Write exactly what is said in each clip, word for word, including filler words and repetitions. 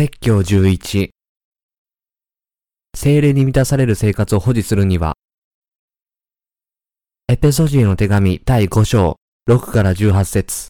説教じゅういち。聖霊に満たされる生活を保持するには、エペソ人への手紙だいご章ろくからじゅうはち節。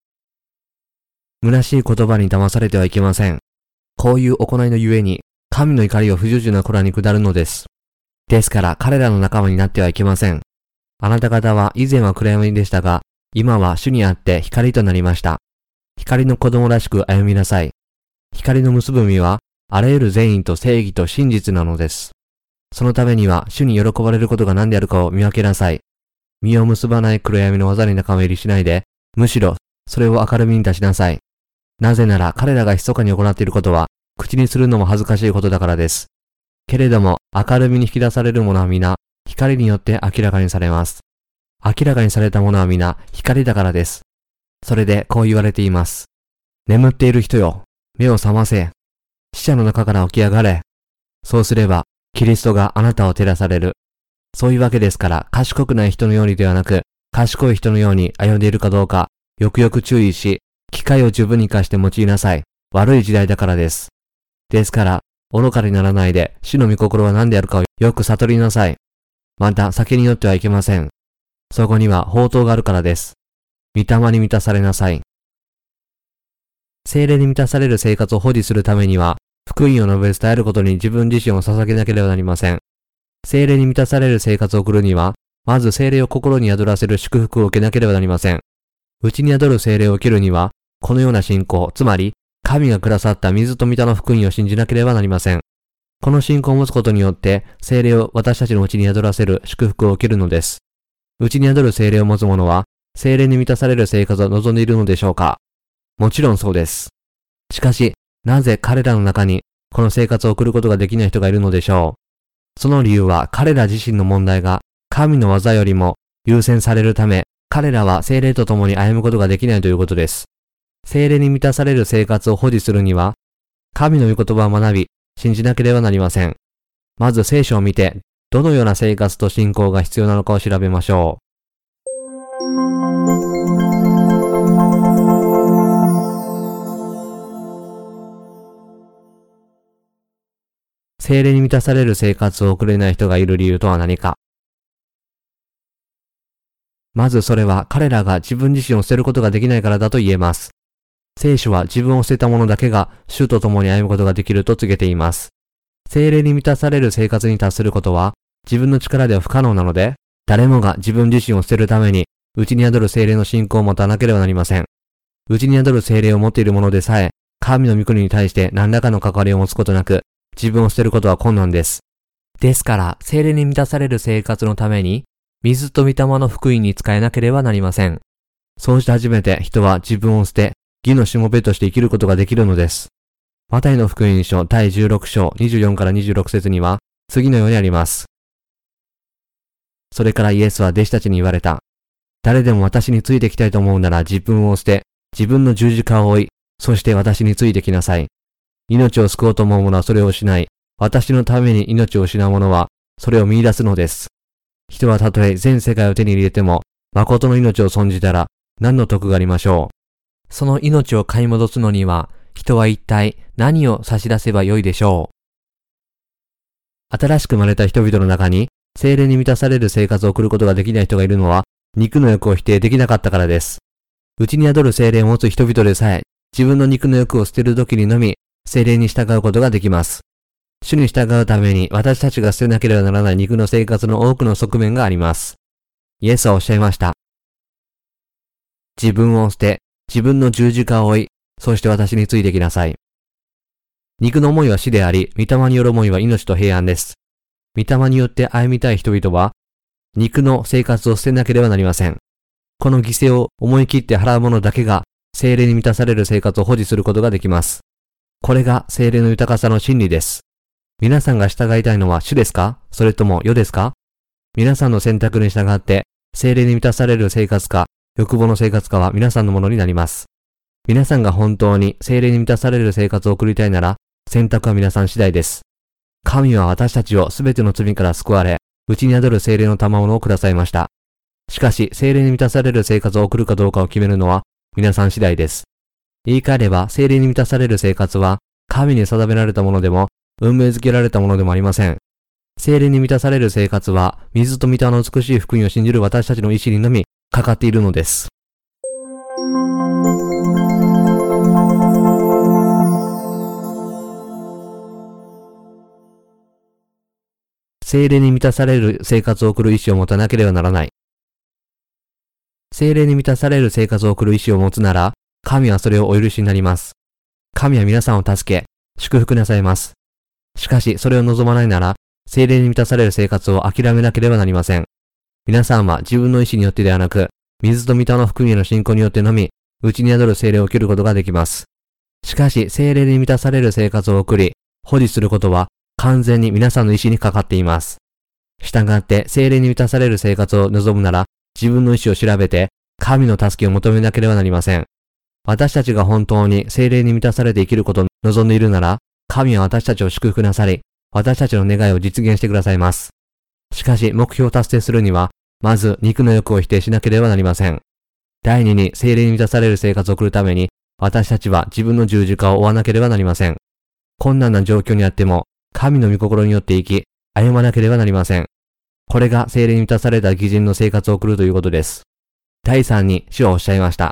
虚しい言葉に騙されてはいけません。こういう行いのゆえに、神の怒りを不従順な子らに下るのです。ですから彼らの仲間になってはいけません。あなた方は以前は暗闇でしたが、今は主にあって光となりました。光の子供らしく歩みなさい。光の結ぶ実は、あらゆる善意と正義と真実なのです。そのためには、主に喜ばれることが何であるかを見分けなさい。実を結ばない暗闇の技に仲間入りしないで、むしろ、それを明るみに出しなさい。なぜなら彼らが密かに行っていることは、口にするのも恥ずかしいことだからです。けれども、明るみに引き出されるものは皆、光によって明らかにされます。明らかにされたものは皆、光だからです。それで、こう言われています。眠っている人よ、目を覚ませ。死者の中から起き上がれ。そうすれば、キリストがあなたを照らされる。そういうわけですから、賢くない人のようにではなく、賢い人のように歩んでいるかどうか、よくよく注意し、機会を十分に活かして用いなさい。悪い時代だからです。ですから、愚かにならないで、主の御心は何であるかをよく悟りなさい。また、酒によってはいけません。そこには法灯があるからです。御霊に満たされなさい。聖霊に満たされる生活を保持するためには、福音を述べ伝えることに自分自身を捧げなければなりません。聖霊に満たされる生活を送るには、まず聖霊を心に宿らせる祝福を受けなければなりません。内に宿る聖霊を受けるには、このような信仰、つまり、神がくださった水と御霊の福音を信じなければなりません。この信仰を持つことによって、聖霊を私たちの内に宿らせる祝福を受けるのです。内に宿る聖霊を持つ者は、聖霊に満たされる生活を望んでいるのでしょうか？もちろんそうです。しかし、なぜ彼らの中にこの生活を送ることができない人がいるのでしょう。その理由は彼ら自身の問題が神の技よりも優先されるため、彼らは聖霊と共に歩むことができないということです。聖霊に満たされる生活を保持するには、神の御言葉を学び、信じなければなりません。まず聖書を見て、どのような生活と信仰が必要なのかを調べましょう。聖霊に満たされる生活を送れない人がいる理由とは何か。まずそれは彼らが自分自身を捨てることができないからだと言えます。聖書は自分を捨てた者だけが主と共に歩むことができると告げています。聖霊に満たされる生活に達することは自分の力では不可能なので、誰もが自分自身を捨てるために内に宿る聖霊の信仰を持たなければなりません。内に宿る聖霊を持っている者でさえ、神の御国に対して何らかの関わりを持つことなく、自分を捨てることは困難です。ですから、聖霊に満たされる生活のために、水と御霊の福音に仕えなければなりません。そうして初めて人は自分を捨て、義のしもべとして生きることができるのです。マタイの福音書だいじゅうろく章にじゅうよんからにじゅうろく節には、次のようにあります。それからイエスは弟子たちに言われた。誰でも私についてきたいと思うなら自分を捨て、自分の十字架を追い、そして私についてきなさい。命を救おうと思う者はそれを失い、私のために命を失う者はそれを見出すのです。人はたとえ全世界を手に入れても、誠の命を損じたら何の得がありましょう。その命を買い戻すのには、人は一体何を差し出せばよいでしょう。新しく生まれた人々の中に、聖霊に満たされる生活を送ることができない人がいるのは、肉の欲を否定できなかったからです。内に宿る聖霊を持つ人々でさえ、自分の肉の欲を捨てる時にのみ、聖霊に従うことができます。主に従うために私たちが捨てなければならない肉の生活の多くの側面があります。イエスはおっしゃいました。自分を捨て、自分の十字架を追い、そして私についてきなさい。肉の思いは死であり、御霊による思いは命と平安です。御霊によって歩みたい人々は、肉の生活を捨てなければなりません。この犠牲を思い切って払う者だけが、聖霊に満たされる生活を保持することができます。これが聖霊の豊かさの真理です。皆さんが従いたいのは主ですか？それとも世ですか？皆さんの選択に従って、聖霊に満たされる生活か、欲望の生活かは皆さんのものになります。皆さんが本当に聖霊に満たされる生活を送りたいなら、選択は皆さん次第です。神は私たちをすべての罪から救われ、内に宿る聖霊の賜物をくださいました。しかし、聖霊に満たされる生活を送るかどうかを決めるのは皆さん次第です。言い換えれば、聖霊に満たされる生活は、 神に定められたものでも、運命づけられたものでもありません。聖霊に満たされる生活は、水と御霊の美しい福音を信じる私たちの意志にのみかかっているのです。聖霊に満たされる生活を送る意志を持たなければならない。聖霊に満たされる生活を送る意志を持つなら、神はそれをお許しになります。神は皆さんを助け、祝福なさいます。しかし、それを望まないなら、聖霊に満たされる生活を諦めなければなりません。皆さんは自分の意志によってではなく、水と御霊の福音への信仰によってのみ、内に宿る聖霊を受けることができます。しかし、聖霊に満たされる生活を送り、保持することは、完全に皆さんの意志にかかっています。したがって、聖霊に満たされる生活を望むなら、自分の意志を調べて、神の助けを求めなければなりません。私たちが本当に聖霊に満たされて生きることを望んでいるなら、神は私たちを祝福なさり、私たちの願いを実現してくださいます。しかし、目標を達成するには、まず肉の欲を否定しなければなりません。第二に、聖霊に満たされる生活を送るために、私たちは自分の十字架を追わなければなりません。困難な状況にあっても、神の御心によって生き、歩まなければなりません。これが聖霊に満たされた義人の生活を送るということです。第三に、主はおっしゃいました。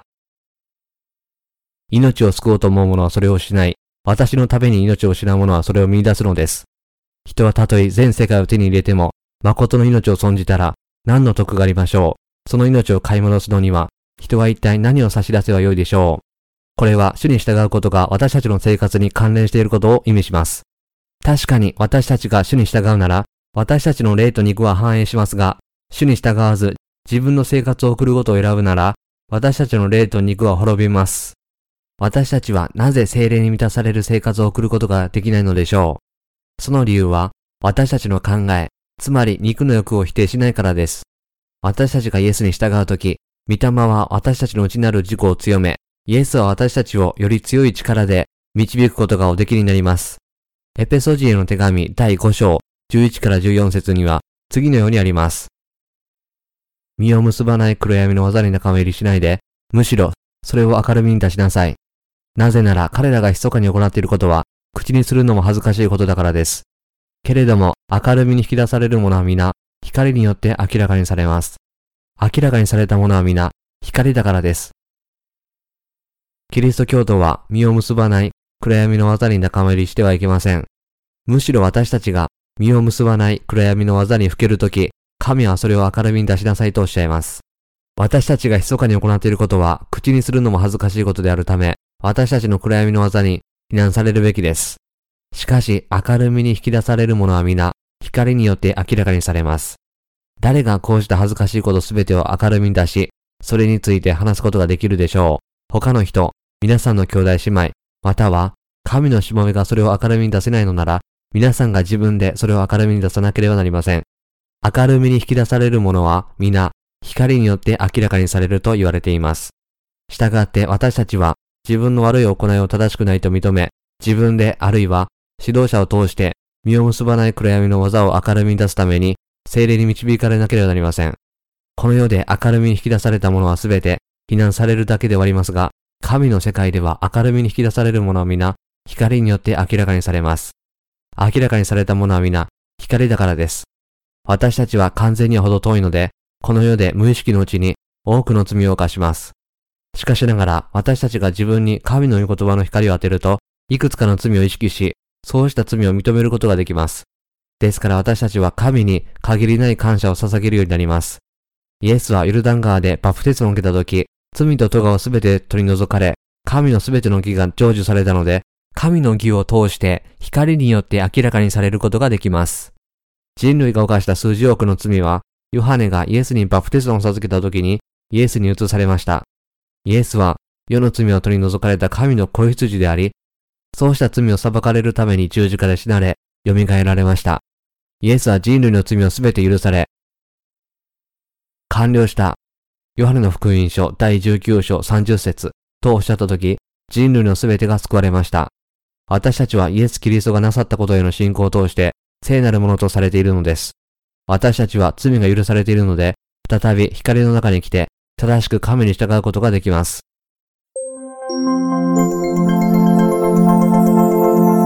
命を救おうと思う者はそれを失い、私のために命を失う者はそれを見出すのです。人はたとえ全世界を手に入れても、誠の命を損じたら、何の得がありましょう。その命を買い戻すのには、人は一体何を差し出せばよいでしょう。これは主に従うことが私たちの生活に関連していることを意味します。確かに私たちが主に従うなら、私たちの霊と肉は反映しますが、主に従わず自分の生活を送ることを選ぶなら、私たちの霊と肉は滅びます。私たちはなぜ聖霊に満たされる生活を送ることができないのでしょう。その理由は、私たちの考え、つまり肉の欲を否定しないからです。私たちがイエスに従うとき、御霊は私たちの内なる自己を強め、イエスは私たちをより強い力で導くことがおできになります。エペソ人への手紙だいご章じゅういちからじゅうよん節には次のようにあります。実を結ばない暗闇の技に仲間入りしないで、むしろそれを明るみに出しなさい。なぜなら彼らが密かに行っていることは口にするのも恥ずかしいことだからです。けれども明るみに引き出されるものは皆光によって明らかにされます。明らかにされたものは皆光だからです。キリスト教徒は実を結ばない暗闇の技に仲間入りしてはいけません。むしろ私たちが実を結ばない暗闇の技にふけるとき、神はそれを明るみに出しなさいとおっしゃいます。私たちが密かに行っていることは口にするのも恥ずかしいことであるため、私たちの暗闇の技に非難されるべきです。しかし明るみに引き出されるものは皆光によって明らかにされます。誰がこうした恥ずかしいことすべてを明るみに出し、それについて話すことができるでしょう。他の人、皆さんの兄弟姉妹、または神のしもべがそれを明るみに出せないのなら、皆さんが自分でそれを明るみに出さなければなりません。明るみに引き出されるものは皆光によって明らかにされると言われています。したがって私たちは自分の悪い行いを正しくないと認め、自分であるいは指導者を通して実を結ばない暗闇の技を明るみに出すために聖霊に導かれなければなりません。この世で明るみに引き出されたものはすべて非難されるだけで終わりますが、神の世界では明るみに引き出されるものは皆光によって明らかにされます。明らかにされたものは皆光だからです。私たちは完全には程遠いので、この世で無意識のうちに多くの罪を犯します。しかしながら私たちが自分に神の御言葉の光を当てると、いくつかの罪を意識し、そうした罪を認めることができます。ですから私たちは神に限りない感謝を捧げるようになります。イエスはヨルダン川でバプテスマを受けたとき、罪と咎をすべて取り除かれ、神のすべての義が成就されたので、神の義を通して光によって明らかにされることができます。人類が犯した数十億の罪は、ヨハネがイエスにバプテスマを授けたときにイエスに移されました。イエスは世の罪を取り除かれた神の子羊であり、そうした罪を裁かれるために十字架で死なれ、蘇られました。イエスは人類の罪をすべて許され、完了した。ヨハネの福音書だいじゅうきゅう章さんじゅっ節とおっしゃったとき、人類のすべてが救われました。私たちはイエス・キリストがなさったことへの信仰を通して聖なるものとされているのです。私たちは罪が許されているので、再び光の中に来て正しく神に従うことができます。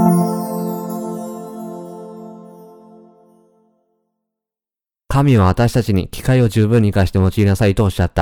神は私たちに機会を十分に活かして用いなさいとおっしゃった。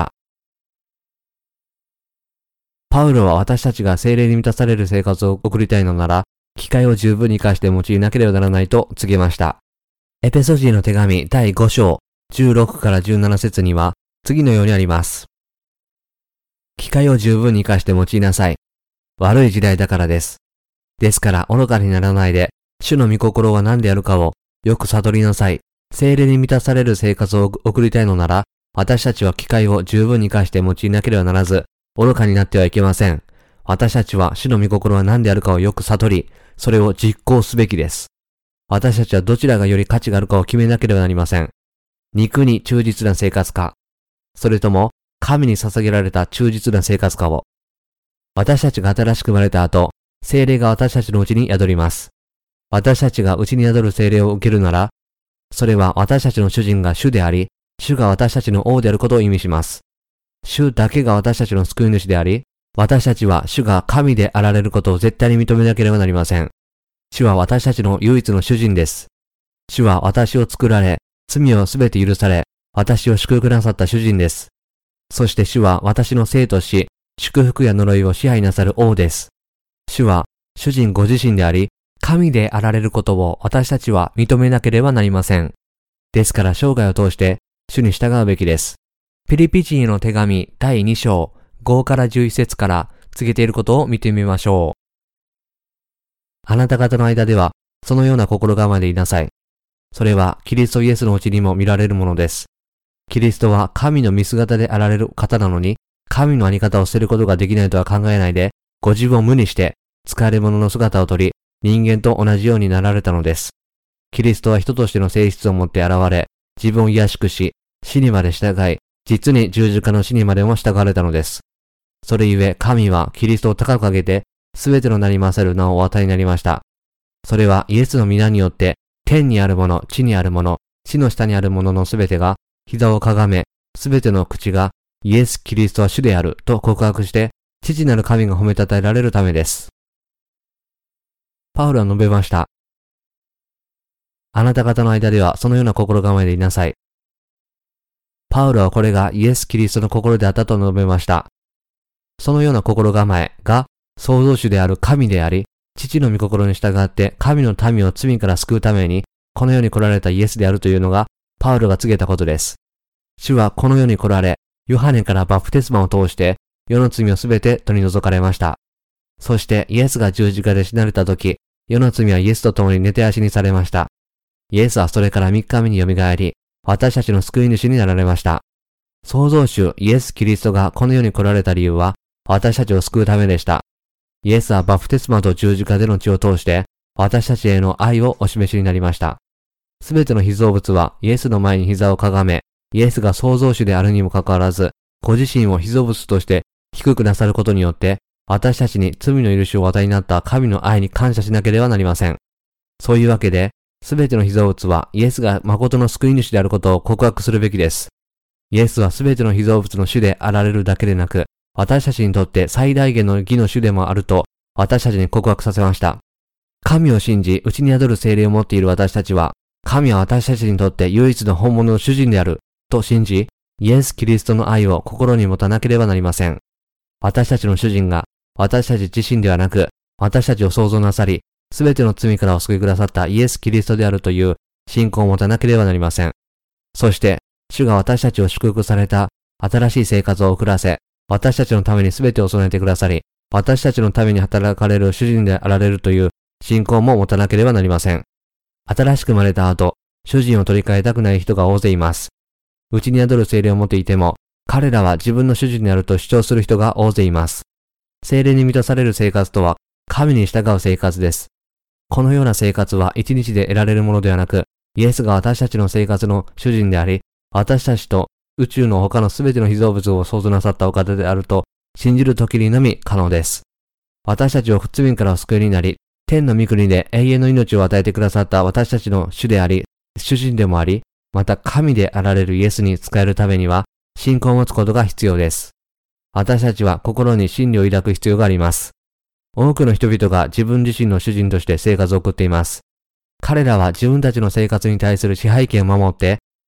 パウロは私たちが聖霊に満たされる生活を送りたいのなら、機会を十分に活かして用いなければならないと告げました。エペソ人の手紙だいご章じゅうろくからじゅうなな節には次のようにあります。機会を十分に活かして用いなさい。悪い時代だからです。ですから愚かにならないで、主の御心は何であるかをよく悟りなさい。聖霊に満たされる生活を送りたいのなら、私たちは機会を十分に活かして用いなければならず、愚かになってはいけません。私たちは主の御心は何であるかをよく悟り、それを実行すべきです。私たちはどちらがより価値があるかを決めなければなりません。肉に忠実な生活か、それとも神に捧げられた忠実な生活かを。私たちが新しく生まれた後、聖霊が私たちのうちに宿ります。私たちがうちに宿る聖霊を受けるなら、それは私たちの主人が主であり、主が私たちの王であることを意味します。主だけが私たちの救い主であり、私たちは主が神であられることを絶対に認めなければなりません。主は私たちの唯一の主人です。主は私を作られ、罪をすべて許され、私を祝福なさった主人です。そして主は私の生とし、祝福や呪いを支配なさる王です。主は主人ご自身であり、神であられることを私たちは認めなければなりません。ですから生涯を通して主に従うべきです。ピリピ人への手紙だいに章ごからじゅういち節から告げていることを見てみましょう。あなた方の間ではそのような心構えでいなさい。それはキリストイエスのうちにも見られるものです。キリストは神の見姿であられる方なのに、神のあり方を捨てることができないとは考えないで、ご自分を無にして使われ物の姿をとり、人間と同じようになられたのです。キリストは人としての性質を持って現れ、自分を卑しくし、死にまで従い、実に十字架の死にまでも従われたのです。それゆえ神はキリストを高く上げて、すべての名に勝る名をお与えになりました。それはイエスの皆によって、天にあるもの、地にあるもの、地の下にあるもののすべてが、膝をかがめ、すべての口が、イエス・キリストは主であると告白して、父なる神が褒めたたえられるためです。パウロは述べました。あなた方の間ではそのような心構えでいなさい。パウロはこれがイエス・キリストの心であったと述べました。そのような心構えが創造主である神であり、父の御心に従って神の民を罪から救うためにこの世に来られたイエスであるというのがパウロが告げたことです。主はこの世に来られ、ヨハネからバプテスマを通して世の罪をすべて取り除かれました。そしてイエスが十字架で死なれたとき、世の罪はイエスと共に寝て足にされました。イエスはそれから三日目によみがえり、私たちの救い主になられました。創造主イエス・キリストがこの世に来られた理由は、私たちを救うためでした。イエスはバプテスマと十字架での血を通して、私たちへの愛をお示しになりました。すべての被造物はイエスの前に膝をかがめ、イエスが創造主であるにもかかわらず、ご自身を被造物として低くなさることによって、私たちに罪の許しをお与えになった神の愛に感謝しなければなりません。そういうわけで、すべての被造物はイエスが誠の救い主であることを告白するべきです。イエスはすべての被造物の主であられるだけでなく、私たちにとって最大限の義の主でもあると、私たちに告白させました。神を信じ、内に宿る聖霊を持っている私たちは、神は私たちにとって唯一の本物の主人である、と信じ、イエス・キリストの愛を心に持たなければなりません。私たちの主人が、私たち自身ではなく、私たちを創造なさり、すべての罪からお救いくださったイエス・キリストであるという信仰を持たなければなりません。そして、主が私たちを祝福された新しい生活を送らせ、私たちのためにすべてを備えてくださり、私たちのために働かれる主人であられるという信仰も持たなければなりません。新しく生まれた後、主人を取り替えたくない人が大勢います。内に宿る聖霊を持っていても、彼らは自分の主人であると主張する人が大勢います。聖霊に満たされる生活とは、神に従う生活です。このような生活は一日で得られるものではなく、イエスが私たちの生活の主人であり、私たちと宇宙の他のすべての被造物を創造なさったお方であると信じる時にのみ可能です。私たちを罪からお救いになり、天の御国で永遠の命を与えてくださった私たちの主であり、主人でもあり、また神であられるイエスに仕えるためには、信仰を持つことが必要です。私たちは心に真理を抱く必要があります。多くの人々が自分自身の主人として生活を送っています。彼らは自分たちの生活に対する支配権を守って、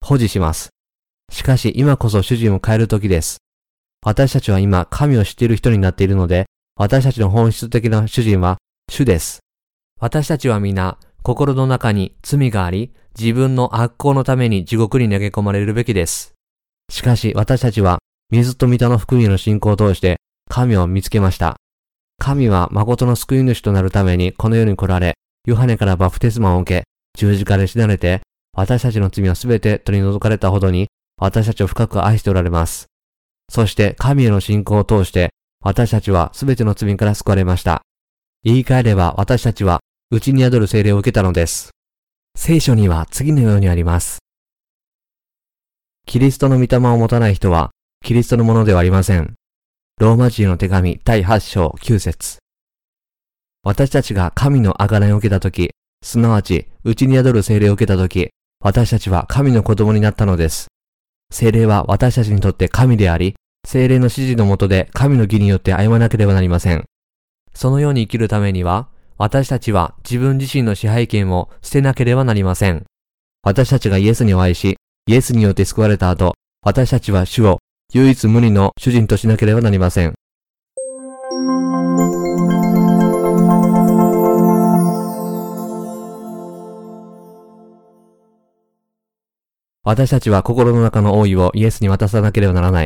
保持します。しかし今こそ主人を変える時です。私たちは今神を知っている人になっているので、私たちの本質的な主人は主です。私たちは皆心の中に罪があり、自分の悪行のために地獄に投げ込まれるべきです。しかし私たちは水と御霊の福音への信仰を通して神を見つけました。神は誠の救い主となるためにこの世に来られ、ヨハネからバプテスマを受け、十字架で死なれて、私たちの罪をすべて取り除かれたほどに、私たちを深く愛しておられます。そして神への信仰を通して、私たちはすべての罪から救われました。言い換えれば私たちは、内に宿る聖霊を受けたのです。聖書には次のようにあります。キリストの御霊を持たない人は、キリストのものではありません。ローマ人への手紙だいはち章きゅう節。私たちが神の贖いを受けたとき、すなわち内に宿る聖霊を受けたとき、私たちは神の子供になったのです。聖霊は私たちにとって神であり、聖霊の指示のもとで神の義によって歩まなければなりません。そのように生きるためには、私たちは自分自身の支配権を捨てなければなりません。私たちがイエスにお会いし、イエスによって救われた後、私たちは主を唯一無二の主人としなければなりません。私たちは心の中の王位をイエスに渡さなければならない。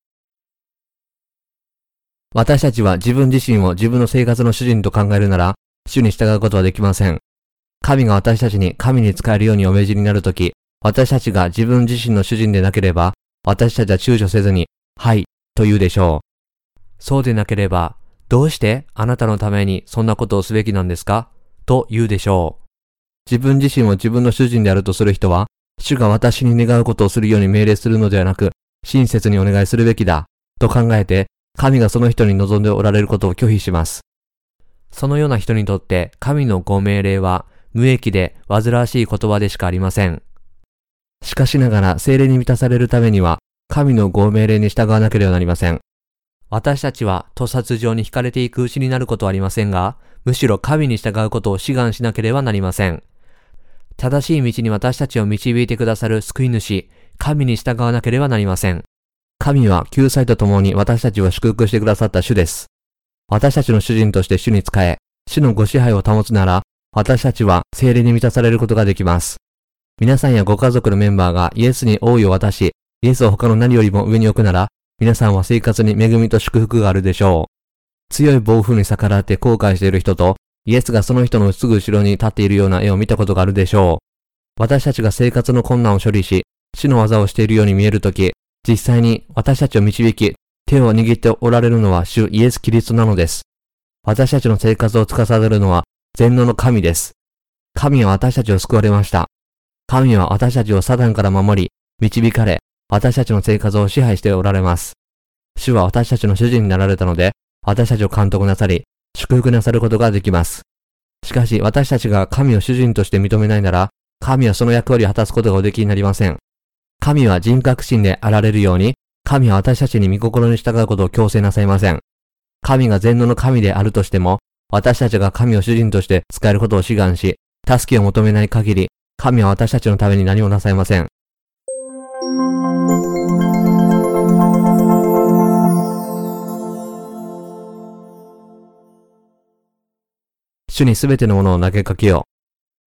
私たちは自分自身を自分の生活の主人と考えるなら、主に従うことはできません。神が私たちに神に仕えるようにお命じになるとき、私たちが自分自身の主人でなければ、私たちは躊躇せずに、はい、と言うでしょう。そうでなければ、どうしてあなたのためにそんなことをすべきなんですかと言うでしょう。自分自身を自分の主人であるとする人は、主が私に願うことをするように命令するのではなく、親切にお願いするべきだ、と考えて、神がその人に望んでおられることを拒否します。そのような人にとって、神のご命令は、無益で煩わしい言葉でしかありません。しかしながら、聖霊に満たされるためには、神のご命令に従わなければなりません。私たちは、屠殺上に惹かれていくうちになることはありませんが、むしろ神に従うことを志願しなければなりません。正しい道に私たちを導いてくださる救い主、神に従わなければなりません。神は救済とともに私たちを祝福してくださった主です。私たちの主人として主に仕え、主のご支配を保つなら、私たちは聖霊に満たされることができます。皆さんやご家族のメンバーがイエスに王位を渡し、イエスを他の何よりも上に置くなら、皆さんは生活に恵みと祝福があるでしょう。強い暴風に逆らって後悔している人と、イエスがその人のすぐ後ろに立っているような絵を見たことがあるでしょう。私たちが生活の困難を処理し、主の技をしているように見えるとき、実際に私たちを導き、手を握っておられるのは主イエス・キリストなのです。私たちの生活を司るのは全能の神です。神は私たちを救われました。神は私たちをサタンから守り、導かれ、私たちの生活を支配しておられます。主は私たちの主人になられたので、私たちを監督なさり、祝福なさることができます。しかし私たちが神を主人として認めないなら、神はその役割を果たすことがおできになりません。神は人格心であられるように、神は私たちに御心に従うことを強制なさいません。神が全能の神であるとしても、私たちが神を主人として使えることを志願し、助けを求めない限り、神は私たちのために何もなさいません。主にすべてのものを投げかけよう。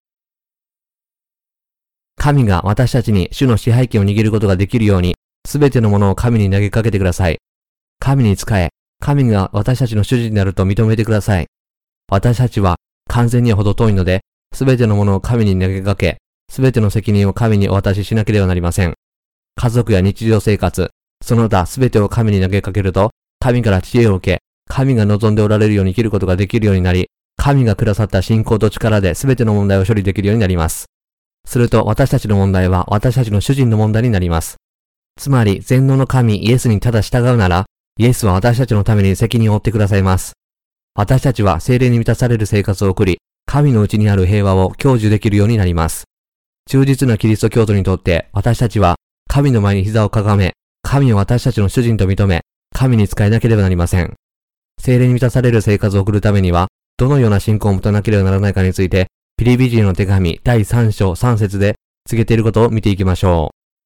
神が私たちに主の支配権を握ることができるように、すべてのものを神に投げかけてください。神に仕え、神が私たちの主人であると認めてください。私たちは完全には程遠いので、すべてのものを神に投げかけ、すべての責任を神にお渡ししなければなりません。家族や日常生活、その他すべてを神に投げかけると、神から知恵を受け、神が望んでおられるように生きることができるようになり、神がくださった信仰と力で全ての問題を処理できるようになります。すると私たちの問題は私たちの主人の問題になります。つまり全能の神イエスにただ従うなら、イエスは私たちのために責任を負ってくださいます。私たちは聖霊に満たされる生活を送り、神のうちにある平和を享受できるようになります。忠実なキリスト教徒にとって私たちは神の前に膝をかがめ、神を私たちの主人と認め、神に仕えなければなりません。聖霊に満たされる生活を送るためには、どのような信仰を持たなければならないかについて、ピリピ人の手紙だいさん章さん節で告げていることを見ていきましょう。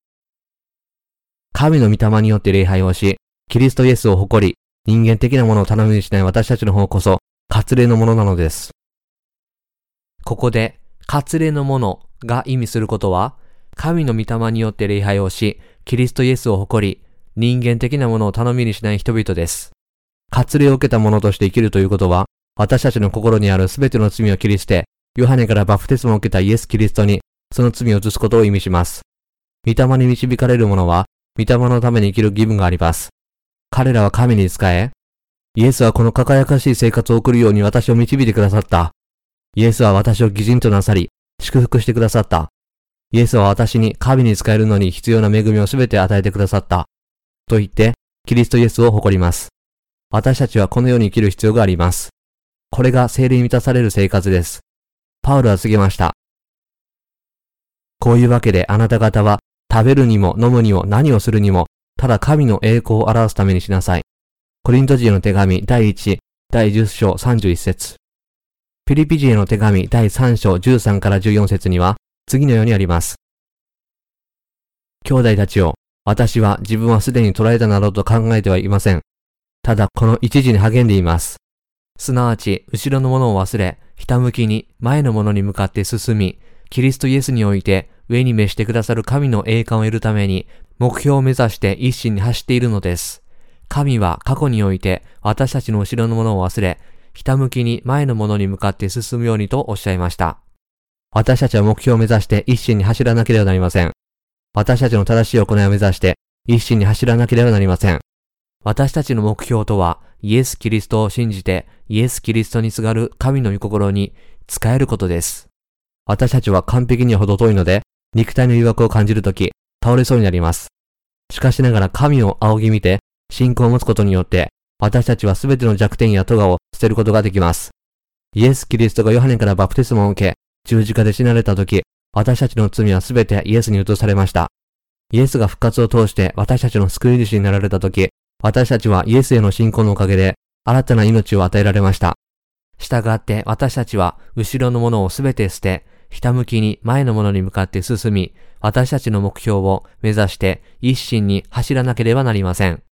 神の御霊によって礼拝をし、キリストイエスを誇り、人間的なものを頼みにしない私たちの方こそ、割礼のものなのです。ここで、割礼のものが意味することは、神の御霊によって礼拝をし、キリストイエスを誇り、人間的なものを頼みにしない人々です。割礼を受けた者として生きるということは、私たちの心にあるすべての罪を切り捨て、ヨハネからバプテスマを受けたイエス・キリストに、その罪を移すことを意味します。御霊に導かれる者は、御霊のために生きる義務があります。彼らは神に仕え、イエスはこの輝かしい生活を送るように私を導いてくださった。イエスは私を義人となさり、祝福してくださった。イエスは私に神に仕えるのに必要な恵みをすべて与えてくださった。と言って、キリストイエスを誇ります。私たちはこのように生きる必要があります。これが聖霊に満たされる生活です。パウロは告げました。こういうわけであなた方は、食べるにも飲むにも何をするにも、ただ神の栄光を表すためにしなさい。コリント人への手紙第一、第十章三十一節。ピリピ人への手紙第三章十三から十四節には、次のようにあります。兄弟たちよ、私は自分はすでに捕らえたなどと考えてはいません。ただこの一時に励んでいます。すなわち、後ろのものを忘れ、ひたむきに前のものに向かって進み、キリストイエスにおいて上に召してくださる神の栄冠を得るために、目標を目指して一心に走っているのです。神は過去において私たちの後ろのものを忘れ、ひたむきに前のものに向かって進むようにとおっしゃいました。私たちは目標を目指して一心に走らなければなりません。私たちの正しい行いを目指して一心に走らなければなりません。私たちの目標とは、イエス・キリストを信じて、イエス・キリストにすがる神の御心に仕えることです。私たちは完璧には程遠いので、肉体の誘惑を感じるとき、倒れそうになります。しかしながら神を仰ぎ見て、信仰を持つことによって、私たちはすべての弱点や咎を捨てることができます。イエス・キリストがヨハネからバプテスマを受け、十字架で死なれたとき、私たちの罪はすべてイエスに移されました。イエスが復活を通して私たちの救い主になられたとき、私たちはイエスへの信仰のおかげで新たな命を与えられました。したがって私たちは後ろのものをすべて捨て、ひたむきに前のものに向かって進み、私たちの目標を目指して一心に走らなければなりません。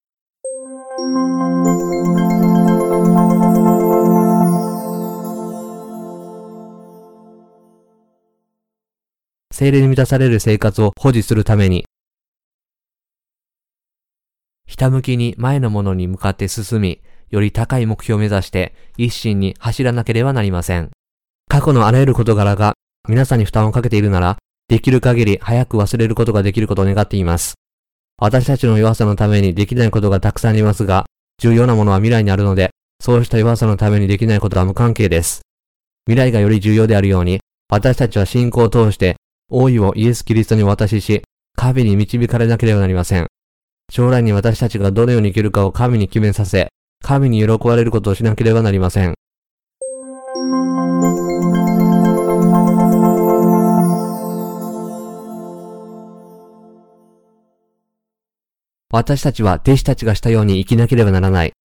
聖霊に満たされる生活を保持するために、ひたむきに前のものに向かって進み、より高い目標を目指して一心に走らなければなりません。過去のあらゆる事柄が皆さんに負担をかけているなら、できる限り早く忘れることができることを願っています。私たちの弱さのためにできないことがたくさんありますが、重要なものは未来にあるので、そうした弱さのためにできないことは無関係です。未来がより重要であるように、私たちは信仰を通して、王位をイエス・キリストにお渡しし、神に導かれなければなりません。将来に私たちがどのように生きるかを神に決めさせ、神に喜ばれることをしなければなりません。私たちは弟子たちがしたように生きなければならない。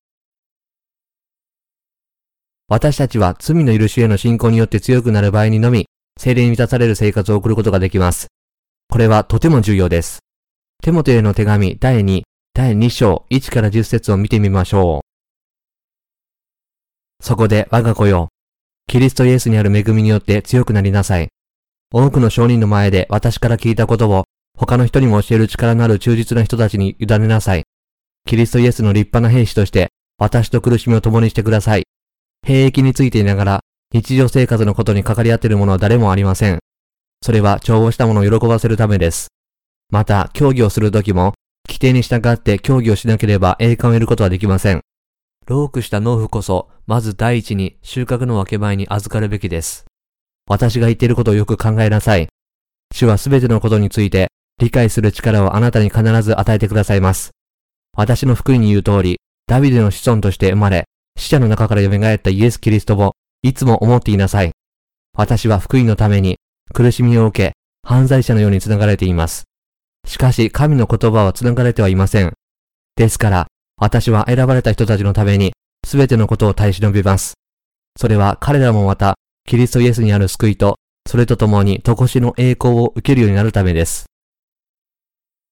私たちは罪の許しへの信仰によって強くなる場合にのみ、聖霊に満たされる生活を送ることができます。これはとても重要です。テモテへの手紙第に、第に章いちからじゅっ節を見てみましょう。そこで我が子よ、キリストイエスにある恵みによって強くなりなさい。多くの証人の前で私から聞いたことを他の人にも教える力のある忠実な人たちに委ねなさい。キリストイエスの立派な兵士として私と苦しみを共にしてください。兵役についていながら日常生活のことに関わり合っている者は誰もありません。それは調合したものを喜ばせるためです。また、競技をするときも、規定に従って競技をしなければ栄冠を得ることはできません。老苦した農夫こそ、まず第一に収穫の分け前に預かるべきです。私が言っていることをよく考えなさい。主はすべてのことについて、理解する力をあなたに必ず与えてくださいます。私の福音に言う通り、ダビデの子孫として生まれ、死者の中から蘇ったイエス・キリストをいつも思っていなさい。私は福音のために苦しみを受け、犯罪者のようにつながれています。しかし神の言葉はつながれてはいません。ですから、私は選ばれた人たちのためにすべてのことを耐え忍びます。それは彼らもまたキリストイエスにある救いと、それとともに常しの栄光を受けるようになるためです。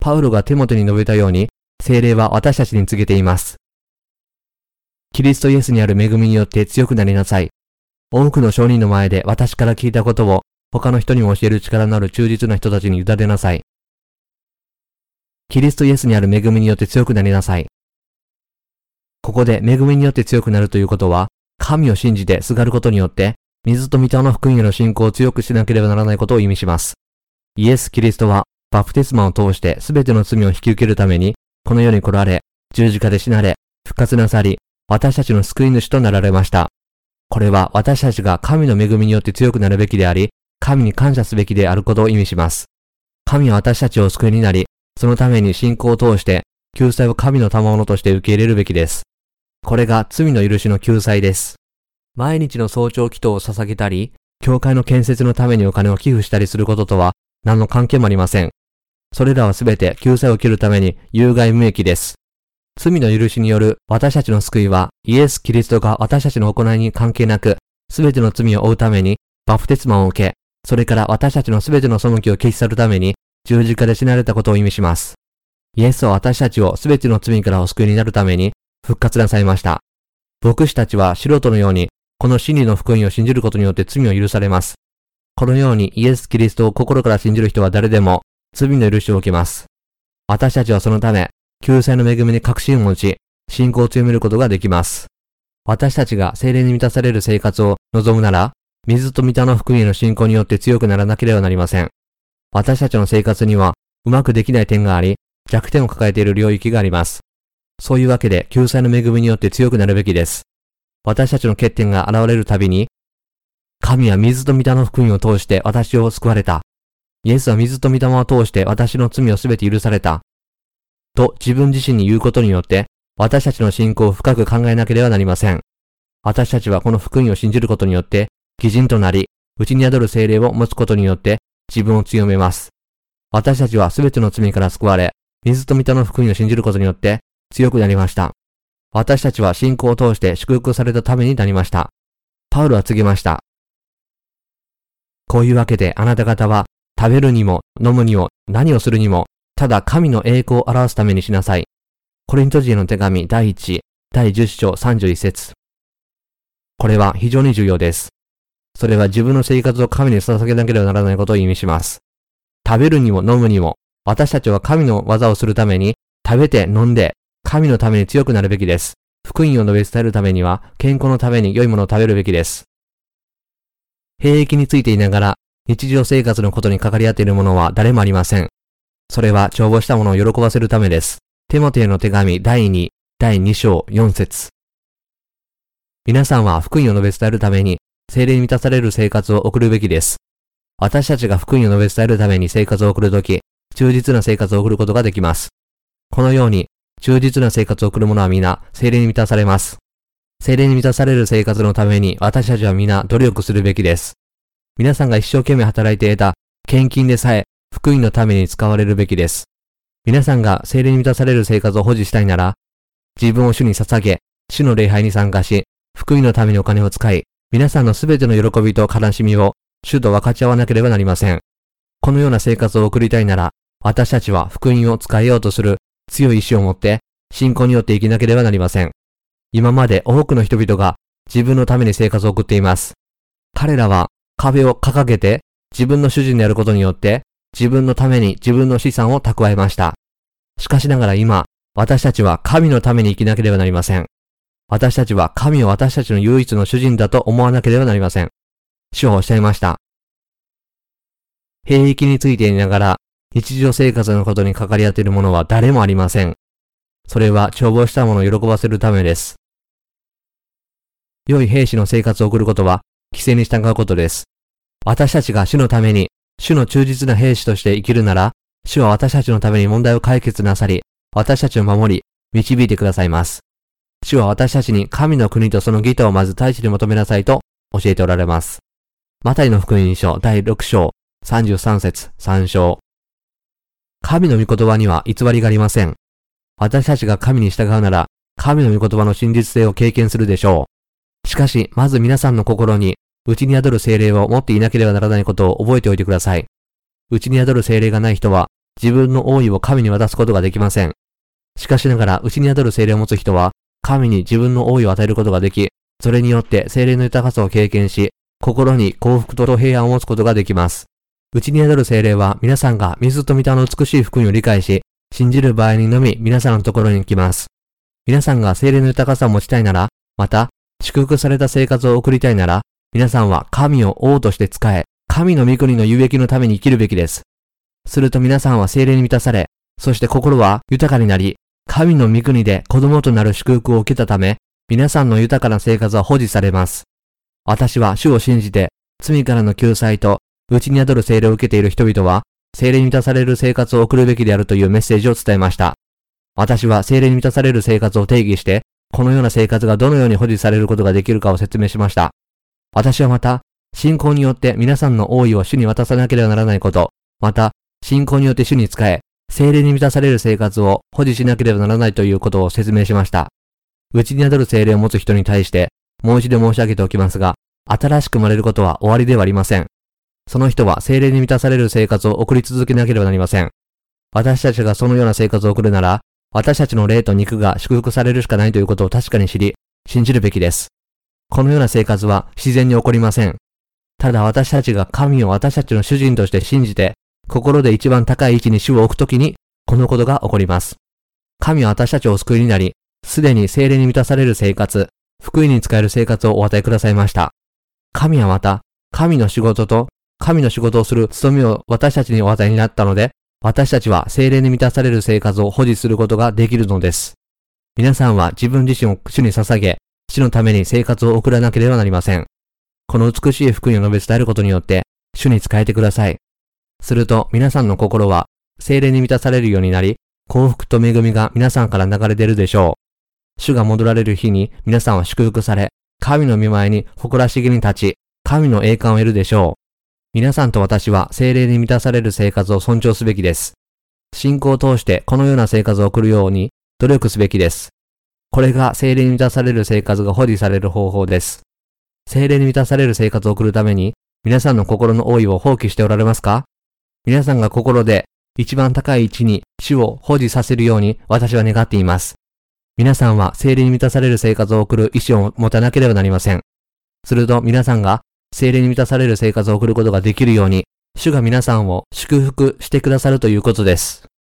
パウロがテモテに述べたように、聖霊は私たちに告げています。キリストイエスにある恵みによって強くなりなさい。多くの証人の前で私から聞いたことを他の人にも教える力のある忠実な人たちに委ねなさい。キリストイエスにある恵みによって強くなりなさい。ここで恵みによって強くなるということは、神を信じてすがることによって、水と御霊の福音への信仰を強くしなければならないことを意味します。イエス・キリストは、バプテスマを通してすべての罪を引き受けるために、この世に来られ、十字架で死なれ、復活なさり、私たちの救い主となられました。これは私たちが神の恵みによって強くなるべきであり、神に感謝すべきであることを意味します。神は私たちを救いになり、そのために信仰を通して、救済を神の賜物として受け入れるべきです。これが罪の許しの救済です。毎日の早朝祈祷を捧げたり、教会の建設のためにお金を寄付したりすることとは何の関係もありません。それらはすべて救済を受けるために有害無益です。罪の許しによる私たちの救いは、イエス・キリストが私たちの行いに関係なく、すべての罪を負うためにバプテスマを受け、それから私たちのすべての背きを消し去るために十字架で死なれたことを意味します。イエスは私たちをすべての罪からお救いになるために復活なさいました。牧師たちは素人のように、この真理の福音を信じることによって罪を許されます。このようにイエス・キリストを心から信じる人は誰でも罪の許しを受けます。私たちはそのため、救済の恵みに確信を持ち、信仰を強めることができます。私たちが聖霊に満たされる生活を望むなら、水と御霊の福音への信仰によって強くならなければなりません。私たちの生活にはうまくできない点があり、弱点を抱えている領域があります。そういうわけで救済の恵みによって強くなるべきです。私たちの欠点が現れるたびに、神は水と御霊の福音を通して私を救われた。イエスは水と御霊を通して私の罪をすべて許された。と自分自身に言うことによって、私たちの信仰を深く考えなければなりません。私たちはこの福音を信じることによって、義人となり、内に宿る聖霊を持つことによって自分を強めます。私たちはすべての罪から救われ、水と御霊の福音を信じることによって強くなりました。私たちは信仰を通して祝福されたためになりました。パウロは告げました。こういうわけであなた方は食べるにも飲むにも何をするにもただ神の栄光を表すためにしなさい。コリント人への手紙だいいち、だいじゅっ章さんじゅういち節。これは非常に重要です。それは自分の生活を神に捧げなければならないことを意味します。食べるにも飲むにも、私たちは神の技をするために、食べて飲んで、神のために強くなるべきです。福音を述べ伝えるためには、健康のために良いものを食べるべきです。兵役についていながら、日常生活のことに関わり合っている者は誰もありません。それは帳簿したものを喜ばせるためです。テモテへの手紙だいに、だいに章よん節。皆さんは福音を述べ伝えるために、聖霊に満たされる生活を送るべきです。私たちが福音を述べ伝えるために生活を送るとき、忠実な生活を送ることができます。このように、忠実な生活を送る者は皆、聖霊に満たされます。聖霊に満たされる生活のために、私たちは皆努力するべきです。皆さんが一生懸命働いて得た献金でさえ、福音のために使われるべきです。皆さんが聖霊に満たされる生活を保持したいなら、自分を主に捧げ、主の礼拝に参加し、福音のためにお金を使い、皆さんのすべての喜びと悲しみを主と分かち合わなければなりません。このような生活を送りたいなら、私たちは福音を使えようとする強い意志を持って、信仰によって生きなければなりません。今まで多くの人々が自分のために生活を送っています。彼らは壁を掲げて自分の主人であることによって、自分のために自分の資産を蓄えました。しかしながら今、私たちは神のために生きなければなりません。私たちは神を私たちの唯一の主人だと思わなければなりません。主はおっしゃいました。兵役についていながら、日常生活のことに関わり合っている者は誰もありません。それは帳簿したものを喜ばせるためです。良い兵士の生活を送ることは、規制に従うことです。私たちが主のために、主の忠実な兵士として生きるなら、主は私たちのために問題を解決なさり、私たちを守り、導いてくださいます。主は私たちに神の国とその義とをまず大地に求めなさいと教えておられます。マタイの福音書だいろく章さんじゅうさん節さん章。神の御言葉には偽りがありません。私たちが神に従うなら、神の御言葉の真実性を経験するでしょう。しかし、まず皆さんの心に、内に宿る聖霊を持っていなければならないことを覚えておいてください。内に宿る聖霊がない人は、 自分の王位を神に渡すことができません。しかしながら、内に宿る聖霊を持つ人は、神に自分の王位を与えることができ、それによって聖霊の豊かさを経験し、心に幸福と平安を持つことができます。内に宿る聖霊は、皆さんが水と御霊の美しい福音を理解し、信じる場合にのみ皆さんのところに来ます。皆さんが聖霊の豊かさを持ちたいなら、また、祝福された生活を送りたいなら、皆さんは神を王として仕え、神の御国の有益のために生きるべきです。すると皆さんは聖霊に満たされ、そして心は豊かになり、神の御国で子供となる祝福を受けたため、皆さんの豊かな生活は保持されます。私は主を信じて、罪からの救済と、内に宿る聖霊を受けている人々は、聖霊に満たされる生活を送るべきであるというメッセージを伝えました。私は聖霊に満たされる生活を定義して、このような生活がどのように保持されることができるかを説明しました。私はまた、信仰によって皆さんの王位を主に渡さなければならないこと、また、信仰によって主に仕え、聖霊に満たされる生活を保持しなければならないということを説明しました。内に宿る聖霊を持つ人に対して、もう一度申し上げておきますが、新しく生まれることは終わりではありません。その人は聖霊に満たされる生活を送り続けなければなりません。私たちがそのような生活を送るなら、私たちの霊と肉が祝福されるしかないということを確かに知り、信じるべきです。このような生活は自然に起こりません。ただ私たちが神を私たちの主人として信じて、心で一番高い位置に主を置くときに、このことが起こります。神は私たちをお救いになり、すでに聖霊に満たされる生活、福音に使える生活をお与えくださいました。神はまた、神の仕事と、神の仕事をする務めを私たちにお与えになったので、私たちは聖霊に満たされる生活を保持することができるのです。皆さんは自分自身を主に捧げ、主のために生活を送らなければなりません。この美しい福音を述べ伝えることによって、主に仕えてください。すると皆さんの心は聖霊に満たされるようになり、幸福と恵みが皆さんから流れ出るでしょう。主が戻られる日に皆さんは祝福され、神の御前に誇らしげに立ち、神の栄冠を得るでしょう。皆さんと私は聖霊に満たされる生活を尊重すべきです。信仰を通してこのような生活を送るように努力すべきです。これが聖霊に満たされる生活が保持される方法です。聖霊に満たされる生活を送るために、皆さんの心の王位を放棄しておられますか？皆さんが心で一番高い位置に主を保持させるように私は願っています。皆さんは聖霊に満たされる生活を送る意志を持たなければなりません。すると皆さんが聖霊に満たされる生活を送ることができるように、主が皆さんを祝福してくださるということです。